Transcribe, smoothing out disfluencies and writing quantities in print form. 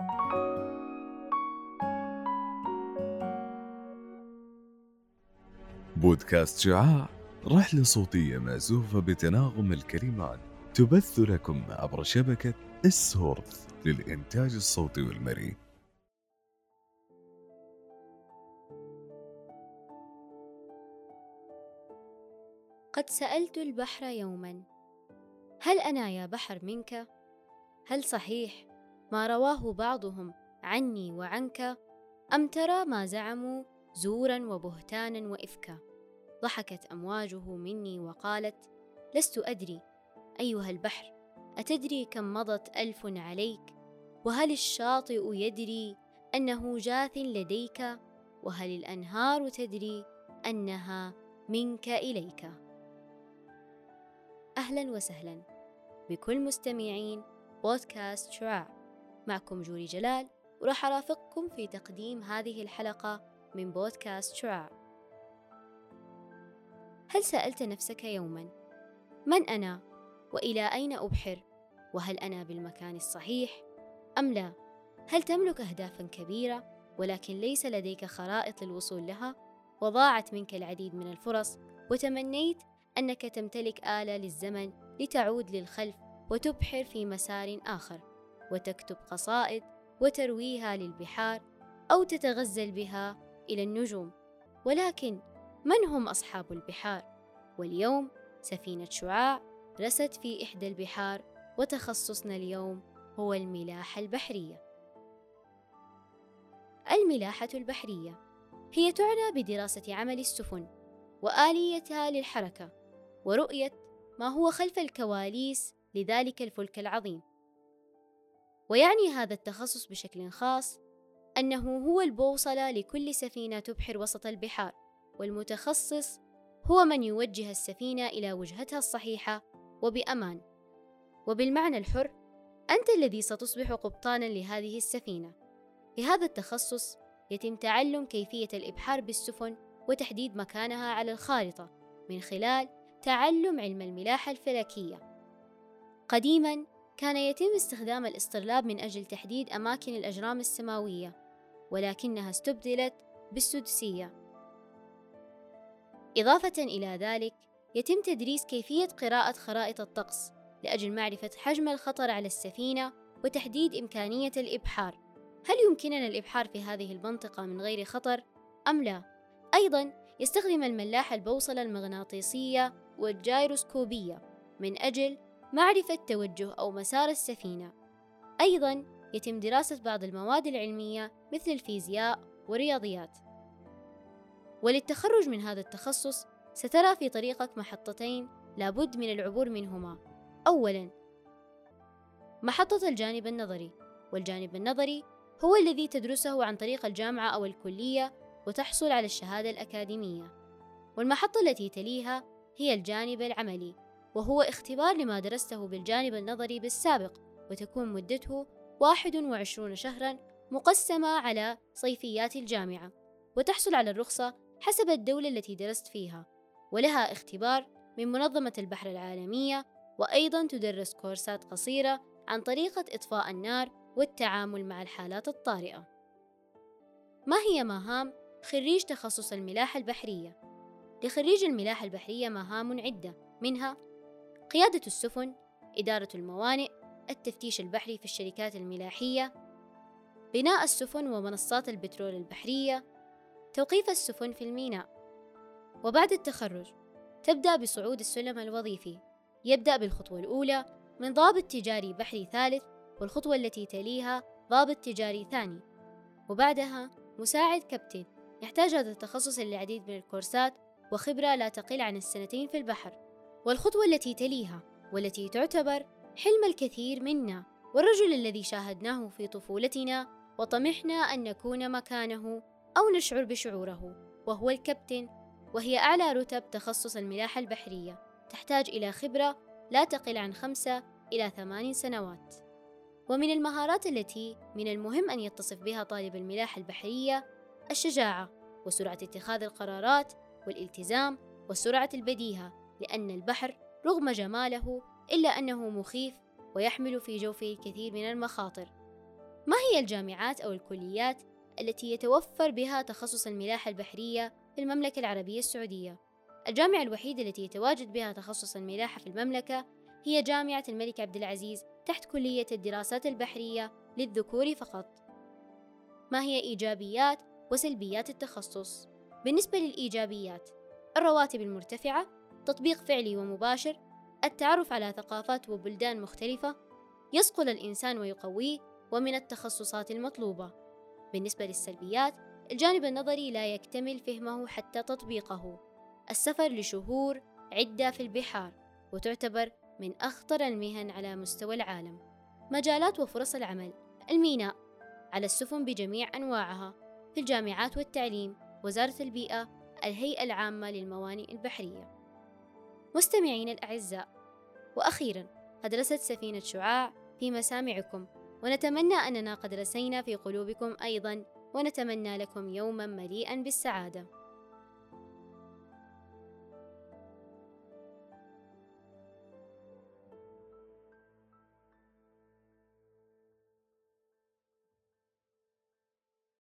بودكاست شعاع، رحلة صوتية مأزوفة بتناغم الكلمات، تبث لكم عبر شبكة السورث للإنتاج الصوتي والمرئي. قد سألت البحر يوما: هل أنا يا بحر منك؟ هل صحيح ما رواه بعضهم عني وعنك؟ أم ترى ما زعموا زورا وبهتانا وإفكا؟ ضحكت أمواجه مني وقالت: لست أدري أيها البحر، أتدري كم مضت 1000 عليك؟ وهل الشاطئ يدري أنه جاث لديك؟ وهل الأنهار تدري أنها منك إليك؟ أهلا وسهلا بكل مستمعين بودكاست شعاع. معكم جوري جلال، وراح أرافقكم في تقديم هذه الحلقة من بودكاست شعاع. هل سألت نفسك يوما: من أنا؟ وإلى أين أبحر؟ وهل أنا بالمكان الصحيح أم لا؟ هل تملك أهدافا كبيرة ولكن ليس لديك خرائط للوصول لها؟ وضاعت منك العديد من الفرص وتمنيت أنك تمتلك آلة للزمن لتعود للخلف وتبحر في مسار آخر، وتكتب قصائد وترويها للبحار أو تتغزل بها إلى النجوم. ولكن من هم أصحاب البحار؟ واليوم سفينة شعاع رست في إحدى البحار، وتخصصنا اليوم هو الملاحة البحرية. الملاحة البحرية هي تعنى بدراسة عمل السفن وآليتها للحركة، ورؤية ما هو خلف الكواليس لذلك الفلك العظيم. ويعني هذا التخصص بشكل خاص أنه هو البوصلة لكل سفينة تبحر وسط البحار، والمتخصص هو من يوجه السفينة إلى وجهتها الصحيحة وبأمان. وبالمعنى الحر، أنت الذي ستصبح قبطاناً لهذه السفينة. في هذا التخصص يتم تعلم كيفية الإبحار بالسفن وتحديد مكانها على الخارطة من خلال تعلم علم الملاحة الفلكية. قديماً كان يتم استخدام الإسطرلاب من أجل تحديد أماكن الأجرام السماوية، ولكنها استبدلت بالسدسية. إضافة إلى ذلك، يتم تدريس كيفية قراءة خرائط الطقس لأجل معرفة حجم الخطر على السفينة وتحديد إمكانية الإبحار. هل يمكننا الإبحار في هذه المنطقة من غير خطر أم لا؟ أيضاً يستخدم الملاح البوصلة المغناطيسية والجيروسكوبية من أجل معرفة توجه أو مسار السفينة. أيضاً يتم دراسة بعض المواد العلمية مثل الفيزياء والرياضيات. وللتخرج من هذا التخصص سترى في طريقك محطتين لابد من العبور منهما. أولاً، محطة الجانب النظري، والجانب النظري هو الذي تدرسه عن طريق الجامعة أو الكلية وتحصل على الشهادة الأكاديمية. والمحطة التي تليها هي الجانب العملي، وهو اختبار لما درسته بالجانب النظري بالسابق، وتكون مدته 21 شهراً مقسمة على صيفيات الجامعة، وتحصل على الرخصة حسب الدولة التي درست فيها، ولها اختبار من منظمة البحر العالمية. وأيضاً تدرس كورسات قصيرة عن طريقة إطفاء النار والتعامل مع الحالات الطارئة. ما هي مهام خريج تخصص الملاحة البحرية؟ لخريج الملاحة البحرية مهام عدة، منها قيادة السفن، إدارة الموانئ، التفتيش البحري في الشركات الملاحية، بناء السفن ومنصات البترول البحرية، توقيف السفن في الميناء. وبعد التخرج تبدأ بصعود السلم الوظيفي. يبدأ بالخطوة الأولى من ضابط تجاري بحري ثالث، والخطوة التي تليها ضابط تجاري ثاني، وبعدها مساعد كابتن. يحتاج هذا التخصص للعديد من الكورسات وخبرة لا تقل عن 2 في البحر. والخطوة التي تليها والتي تعتبر حلم الكثير منا، والرجل الذي شاهدناه في طفولتنا وطمحنا أن نكون مكانه أو نشعر بشعوره، وهو الكابتن، وهي أعلى رتب تخصص الملاحة البحرية. تحتاج إلى خبرة لا تقل عن 5 إلى 8 سنوات. ومن المهارات التي من المهم أن يتصف بها طالب الملاحة البحرية الشجاعة وسرعة اتخاذ القرارات والالتزام والسرعة البديهة، لأن البحر رغم جماله إلا أنه مخيف ويحمل في جوفه الكثير من المخاطر. ما هي الجامعات أو الكليات التي يتوفر بها تخصص الملاحة البحرية في المملكة العربية السعودية؟ الجامعة الوحيدة التي يتواجد بها تخصص الملاحة في المملكة هي جامعة الملك عبد العزيز تحت كلية الدراسات البحرية للذكور فقط. ما هي إيجابيات وسلبيات التخصص؟ بالنسبة للإيجابيات: الرواتب المرتفعة، تطبيق فعلي ومباشر، التعرف على ثقافات وبلدان مختلفة، يصقل الإنسان ويقويه، ومن التخصصات المطلوبة. بالنسبة للسلبيات: الجانب النظري لا يكتمل فهمه حتى تطبيقه، السفر لشهور عدة في البحار، وتعتبر من أخطر المهن على مستوى العالم. مجالات وفرص العمل: الميناء على السفن بجميع أنواعها، في الجامعات والتعليم، وزارة البيئة، الهيئة العامة للموانئ البحرية. مستمعين الأعزاء، وأخيراً قد رست سفينة شعاع في مسامعكم، ونتمنى أننا قد رسينا في قلوبكم أيضاً، ونتمنى لكم يوماً مليئاً بالسعادة.